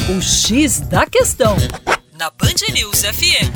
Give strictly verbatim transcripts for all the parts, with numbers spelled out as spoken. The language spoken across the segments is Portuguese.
O X da Questão, na Band News F M.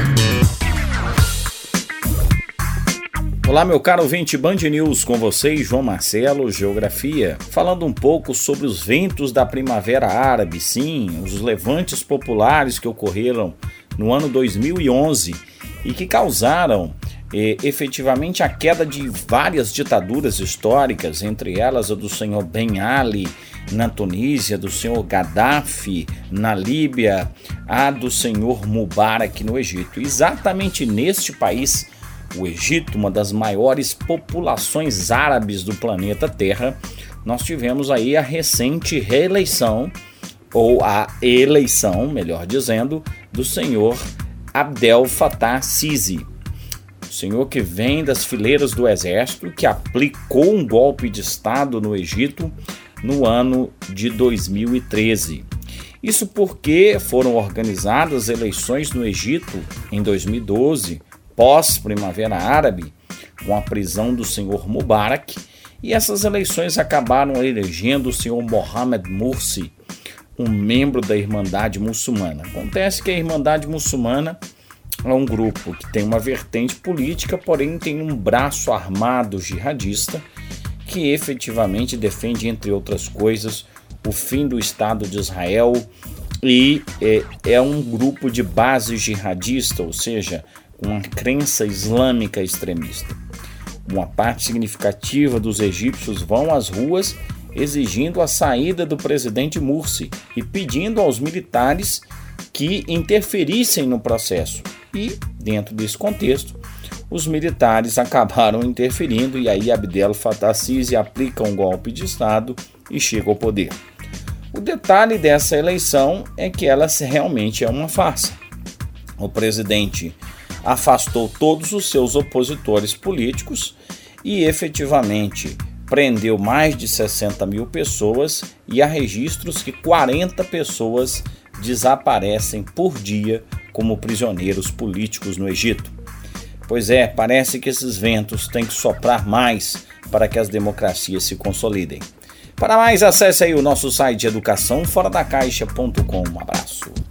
Olá, meu caro ouvinte Band News, com vocês, João Marcelo, Geografia, falando um pouco sobre os ventos da Primavera Árabe, sim, os levantes populares que ocorreram no ano dois mil e onze e que causaram eh, efetivamente a queda de várias ditaduras históricas, entre elas a do senhor Ben Ali na Tunísia, do senhor Gaddafi na Líbia, a do senhor Mubarak no Egito. Exatamente neste país, o Egito, uma das maiores populações árabes do planeta Terra, nós tivemos aí a recente reeleição, ou a eleição, melhor dizendo, do senhor Abdel Fattah Sisi. O senhor que vem das fileiras do exército, que aplicou um golpe de Estado no Egito no ano de dois mil e treze. Isso porque foram organizadas eleições no Egito em dois mil e doze, pós-Primavera Árabe, com a prisão do senhor Mubarak, e essas eleições acabaram elegendo o senhor Mohamed Morsi, um membro da Irmandade Muçulmana. Acontece que a Irmandade Muçulmana é um grupo que tem uma vertente política, porém tem um braço armado jihadista que efetivamente defende, entre outras coisas, o fim do Estado de Israel e é, é um grupo de base jihadista, ou seja, uma crença islâmica extremista. Uma parte significativa dos egípcios vão às ruas exigindo a saída do presidente Morsi e pedindo aos militares que interferissem no processo. E, dentro desse contexto, os militares acabaram interferindo e aí Abdel Fattah Sisi aplica um golpe de Estado e chega ao poder. O detalhe dessa eleição é que ela realmente é uma farsa. O presidente afastou todos os seus opositores políticos e efetivamente prendeu mais de sessenta mil pessoas e há registros que quarenta pessoas desaparecem por dia como prisioneiros políticos no Egito. Pois é, parece que esses ventos têm que soprar mais para que as democracias se consolidem. Para mais, acesse aí o nosso site educação fora da caixa ponto com. Um abraço.